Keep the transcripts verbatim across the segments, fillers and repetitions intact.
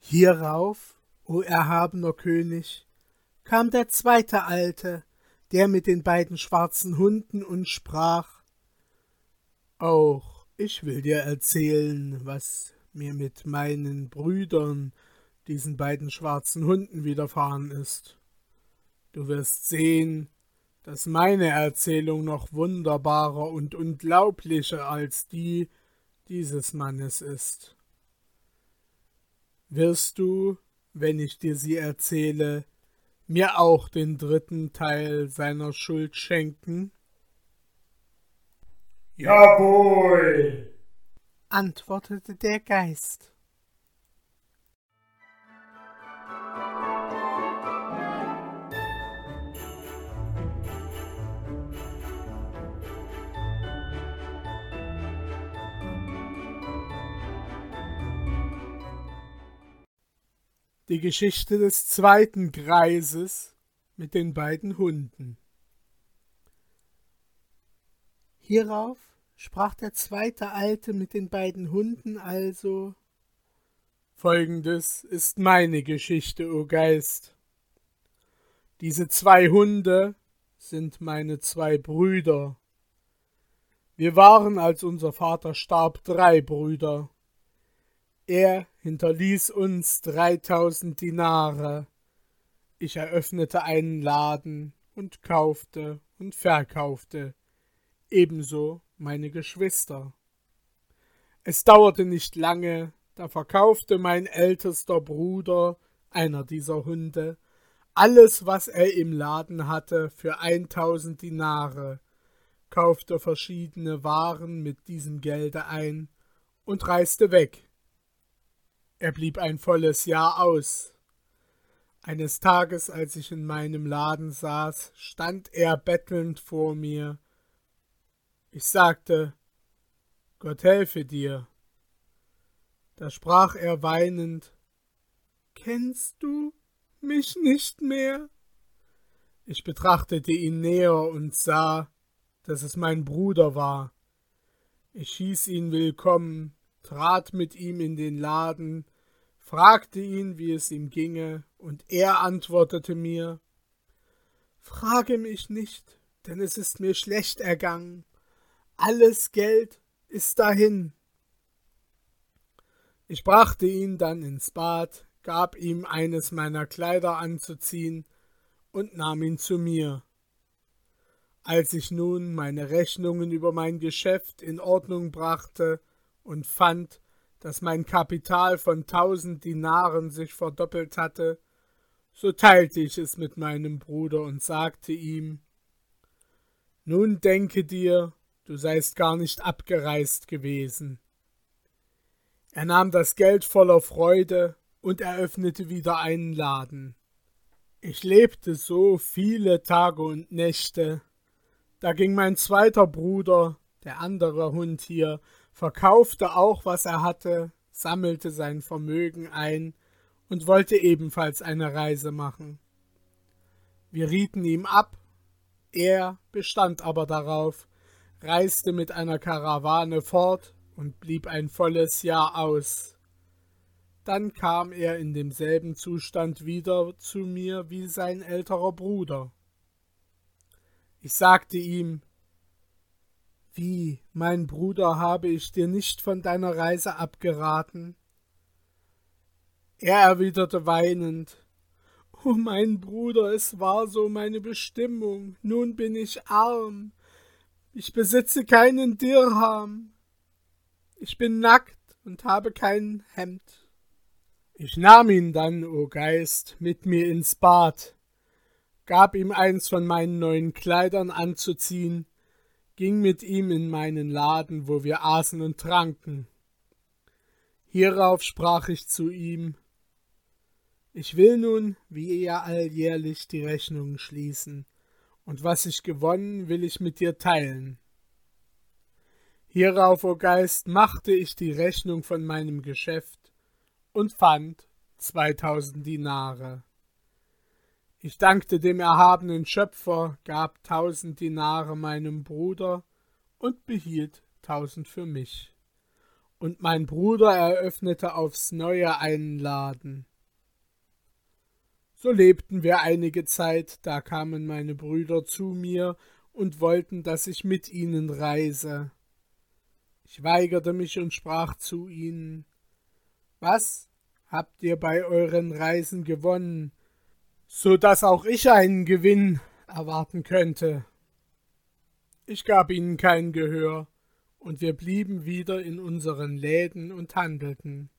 Hierauf, o erhabener König, kam der zweite Alte, der mit den beiden schwarzen Hunden, und sprach: Auch ich will dir erzählen, was mir mit meinen Brüdern, diesen beiden schwarzen Hunden, widerfahren ist. Du wirst sehen, dass meine Erzählung noch wunderbarer und unglaublicher als die dieses Mannes ist. Wirst du, wenn ich dir sie erzähle, mir auch den dritten Teil seiner Schuld schenken? Jawohl, antwortete der Geist. Die Geschichte des zweiten Greises mit den beiden Hunden. Hierauf sprach der zweite Alte mit den beiden Hunden also: Folgendes ist meine Geschichte, o Geist. Diese zwei Hunde sind meine zwei Brüder. Wir waren, als unser Vater starb, drei Brüder. Er hinterließ uns dreitausend Dinare. Ich eröffnete einen Laden und kaufte und verkaufte, ebenso meine Geschwister. Es dauerte nicht lange, da verkaufte mein ältester Bruder, einer dieser Hunde, alles, was er im Laden hatte, für eintausend Dinare, kaufte verschiedene Waren mit diesem Gelde ein und reiste weg. Er blieb ein volles Jahr aus. Eines Tages, als ich in meinem Laden saß, stand er bettelnd vor mir. Ich sagte: Gott helfe dir. Da sprach er weinend: Kennst du mich nicht mehr? Ich betrachtete ihn näher und sah, dass es mein Bruder war. Ich hieß ihn willkommen, trat mit ihm in den Laden, fragte ihn, wie es ihm ginge, und er antwortete mir: Frage mich nicht, denn es ist mir schlecht ergangen. Alles Geld ist dahin. Ich brachte ihn dann ins Bad, gab ihm eines meiner Kleider anzuziehen und nahm ihn zu mir. Als ich nun meine Rechnungen über mein Geschäft in Ordnung brachte und fand, dass mein Kapital von tausend Dinaren sich verdoppelt hatte, so teilte ich es mit meinem Bruder und sagte ihm: Nun denke dir, du seist gar nicht abgereist gewesen. Er nahm das Geld voller Freude und eröffnete wieder einen Laden. Ich lebte so viele Tage und Nächte. Da ging mein zweiter Bruder, der andere Hund hier, verkaufte auch, was er hatte, sammelte sein Vermögen ein und wollte ebenfalls eine Reise machen. Wir rieten ihm ab, er bestand aber darauf, reiste mit einer Karawane fort und blieb ein volles Jahr aus. Dann kam er in demselben Zustand wieder zu mir wie sein älterer Bruder. Ich sagte ihm: Wie, mein Bruder, habe ich dir nicht von deiner Reise abgeraten? Er erwiderte weinend: O mein Bruder, es war so meine Bestimmung, nun bin ich arm, ich besitze keinen Dirham, ich bin nackt und habe kein Hemd. Ich nahm ihn dann, o Geist, mit mir ins Bad, gab ihm eins von meinen neuen Kleidern anzuziehen, ging mit ihm in meinen Laden, wo wir aßen und tranken. Hierauf sprach ich zu ihm: Ich will nun, wie ihr alljährlich, die Rechnungen schließen, und was ich gewonnen, will ich mit dir teilen. Hierauf, o Geist, machte ich die Rechnung von meinem Geschäft und fand zweitausend Dinare. Ich dankte dem erhabenen Schöpfer, gab tausend Dinare meinem Bruder und behielt tausend für mich. und mein Bruder eröffnete aufs Neue einen Laden. So lebten wir einige Zeit, da kamen meine Brüder zu mir und wollten, dass ich mit ihnen reise. Ich weigerte mich und sprach zu ihnen: Was habt ihr bei euren Reisen gewonnen, so dass auch ich einen Gewinn erwarten könnte? Ich gab ihnen kein Gehör, und wir blieben wieder in unseren Läden und handelten.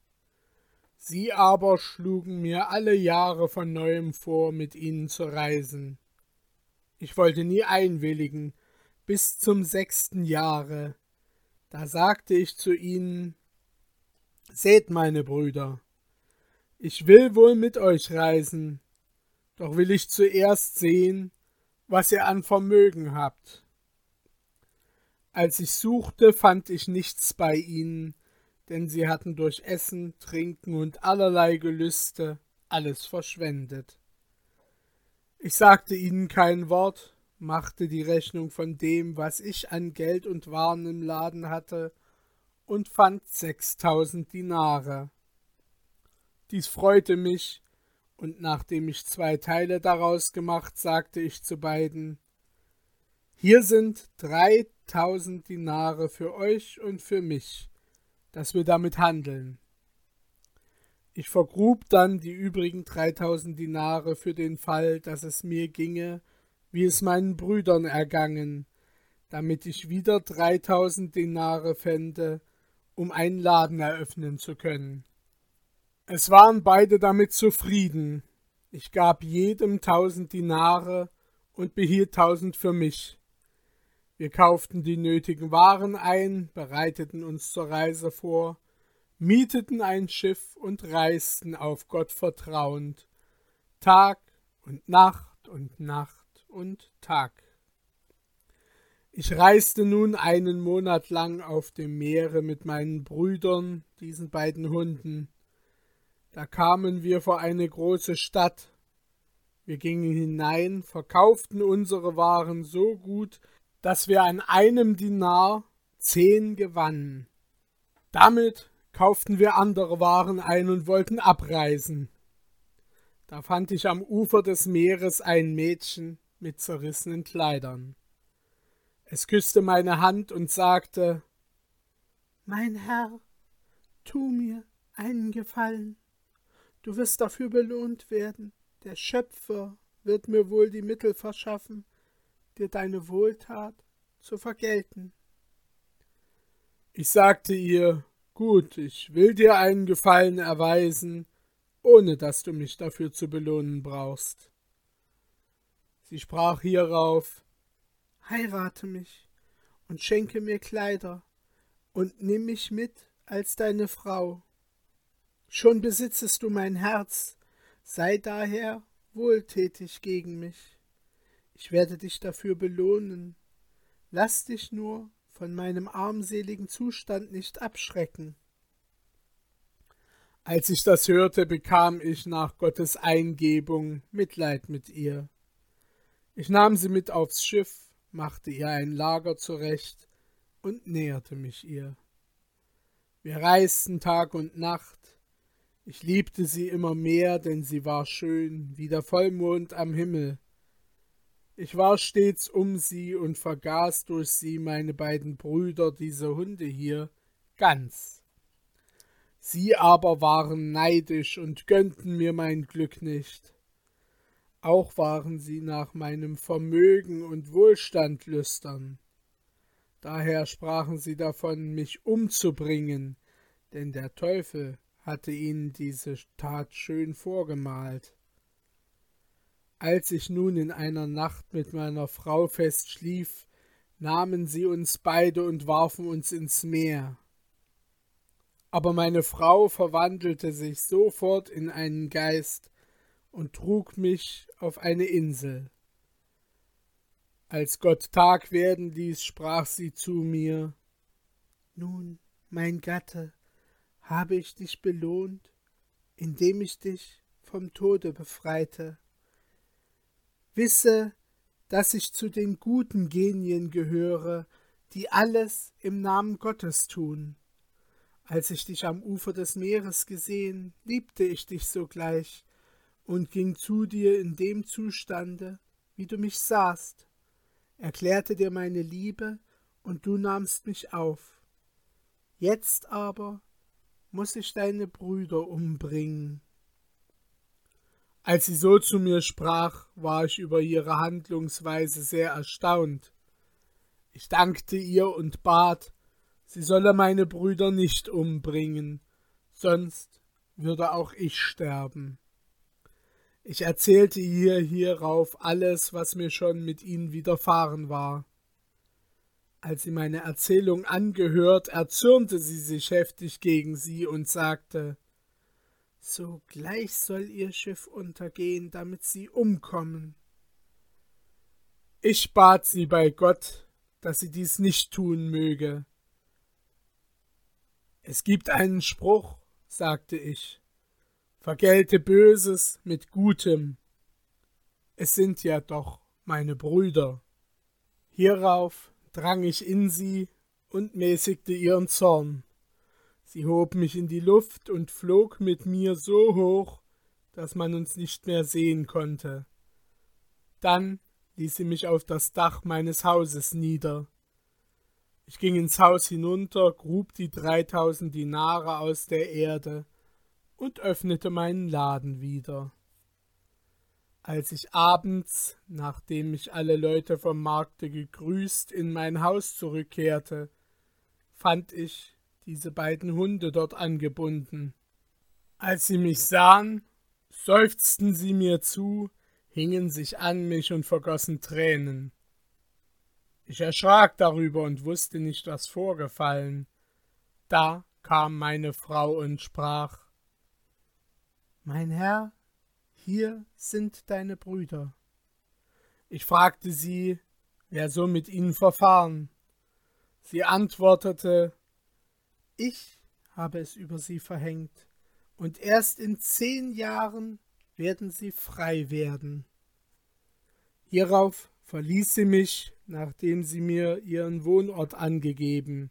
Sie aber schlugen mir alle Jahre von neuem vor, mit ihnen zu reisen. Ich wollte nie einwilligen, bis zum sechsten Jahre. Da sagte ich zu ihnen: Seht, meine Brüder, ich will wohl mit euch reisen, doch will ich zuerst sehen, was ihr an Vermögen habt. Als ich suchte, fand ich nichts bei ihnen, denn sie hatten durch Essen, Trinken und allerlei Gelüste alles verschwendet. Ich sagte ihnen kein Wort, machte die Rechnung von dem, was ich an Geld und Waren im Laden hatte, und fand sechstausend Dinare. Dies freute mich, und nachdem ich zwei Teile daraus gemacht, sagte ich zu beiden: Hier sind dreitausend Dinare für euch und für mich, dass wir damit handeln. Ich vergrub dann die übrigen dreitausend Dinare für den Fall, dass es mir ginge, wie es meinen Brüdern ergangen, damit ich wieder dreitausend Dinare fände, um einen Laden eröffnen zu können. Es waren beide damit zufrieden. Ich gab jedem tausend Dinare und behielt tausend für mich. Wir kauften die nötigen Waren ein, bereiteten uns zur Reise vor, mieteten ein Schiff und reisten auf Gott vertrauend, Tag und Nacht und Nacht und Tag. Ich reiste nun einen Monat lang auf dem Meere mit meinen Brüdern, diesen beiden Hunden. Da kamen wir vor eine große Stadt. Wir gingen hinein, verkauften unsere Waren so gut, dass wir an einem Dinar zehn gewannen. Damit kauften wir andere Waren ein und wollten abreisen. Da fand ich am Ufer des Meeres ein Mädchen mit zerrissenen Kleidern. Es küsste meine Hand und sagte: Mein Herr, tu mir einen Gefallen. Du wirst dafür belohnt werden. Der Schöpfer wird mir wohl die Mittel verschaffen, dir deine Wohltat zu vergelten. Ich sagte ihr: Gut, ich will dir einen Gefallen erweisen, ohne dass du mich dafür zu belohnen brauchst. Sie sprach hierauf: Heirate mich und schenke mir Kleider und nimm mich mit als deine Frau. Schon besitzest du mein Herz, sei daher wohltätig gegen mich. Ich werde dich dafür belohnen. Lass dich nur von meinem armseligen Zustand nicht abschrecken. Als ich das hörte, bekam ich nach Gottes Eingebung Mitleid mit ihr. Ich nahm sie mit aufs Schiff, machte ihr ein Lager zurecht und näherte mich ihr. Wir reisten Tag und Nacht. Ich liebte sie immer mehr, denn sie war schön wie der Vollmond am Himmel. Ich war stets um sie und vergaß durch sie meine beiden Brüder, diese Hunde hier, ganz. Sie aber waren neidisch und gönnten mir mein Glück nicht. Auch waren sie nach meinem Vermögen und Wohlstand lüstern. Daher sprachen sie davon, mich umzubringen, denn der Teufel hatte ihnen diese Tat schön vorgemalt. Als ich nun in einer Nacht mit meiner Frau fest schlief, nahmen sie uns beide und warfen uns ins Meer. Aber meine Frau verwandelte sich sofort in einen Geist und trug mich auf eine Insel. Als Gott Tag werden ließ, sprach sie zu mir: Nun, mein Gatte, habe ich dich belohnt, indem ich dich vom Tode befreite. Wisse, dass ich zu den guten Genien gehöre, die alles im Namen Gottes tun. Als ich dich am Ufer des Meeres gesehen, liebte ich dich sogleich und ging zu dir in dem Zustande, wie du mich sahst, erklärte dir meine Liebe, und du nahmst mich auf. Jetzt aber muß ich deine Brüder umbringen. Als sie so zu mir sprach, war ich über ihre Handlungsweise sehr erstaunt. Ich dankte ihr und bat, sie solle meine Brüder nicht umbringen, sonst würde auch ich sterben. Ich erzählte ihr hierauf alles, was mir schon mit ihnen widerfahren war. Als sie meine Erzählung angehört, erzürnte sie sich heftig gegen sie und sagte, sogleich soll ihr Schiff untergehen, damit sie umkommen. Ich bat sie bei Gott, dass sie dies nicht tun möge. Es gibt einen Spruch, sagte ich, vergelte Böses mit Gutem. Es sind ja doch meine Brüder. Hierauf drang ich in sie und mäßigte ihren Zorn. Sie hob mich in die Luft und flog mit mir so hoch, dass man uns nicht mehr sehen konnte. Dann ließ sie mich auf das Dach meines Hauses nieder. Ich ging ins Haus hinunter, grub die dreitausend Dinare aus der Erde und öffnete meinen Laden wieder. Als ich abends, nachdem mich alle Leute vom Markte gegrüßt, in mein Haus zurückkehrte, fand ich diese beiden Hunde dort angebunden. Als sie mich sahen, seufzten sie mir zu, hingen sich an mich und vergossen Tränen. Ich erschrak darüber und wusste nicht, was vorgefallen. Da kam meine Frau und sprach, »Mein Herr, hier sind deine Brüder.« Ich fragte sie, wer so mit ihnen verfahren. Sie antwortete, ich habe es über sie verhängt, und erst in zehn Jahren werden sie frei werden. Hierauf verließ sie mich, nachdem sie mir ihren Wohnort angegeben.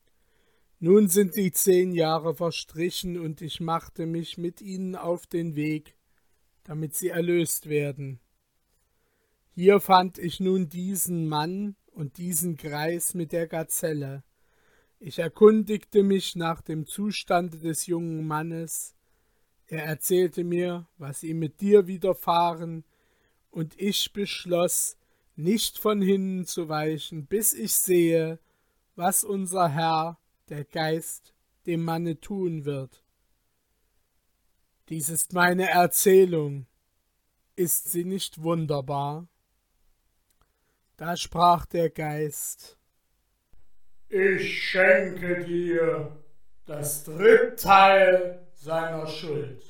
Nun sind die zehn Jahre verstrichen, und ich machte mich mit ihnen auf den Weg, damit sie erlöst werden. Hier fand ich nun diesen Mann und diesen Greis mit der Gazelle. Ich erkundigte mich nach dem Zustande des jungen Mannes. Er erzählte mir, was ihm mit dir widerfahren, und ich beschloss, nicht von hinnen zu weichen, bis ich sehe, was unser Herr, der Geist, dem Manne tun wird. Dies ist meine Erzählung. Ist sie nicht wunderbar? Da sprach der Geist, ich schenke dir das Dritteil seiner Schuld.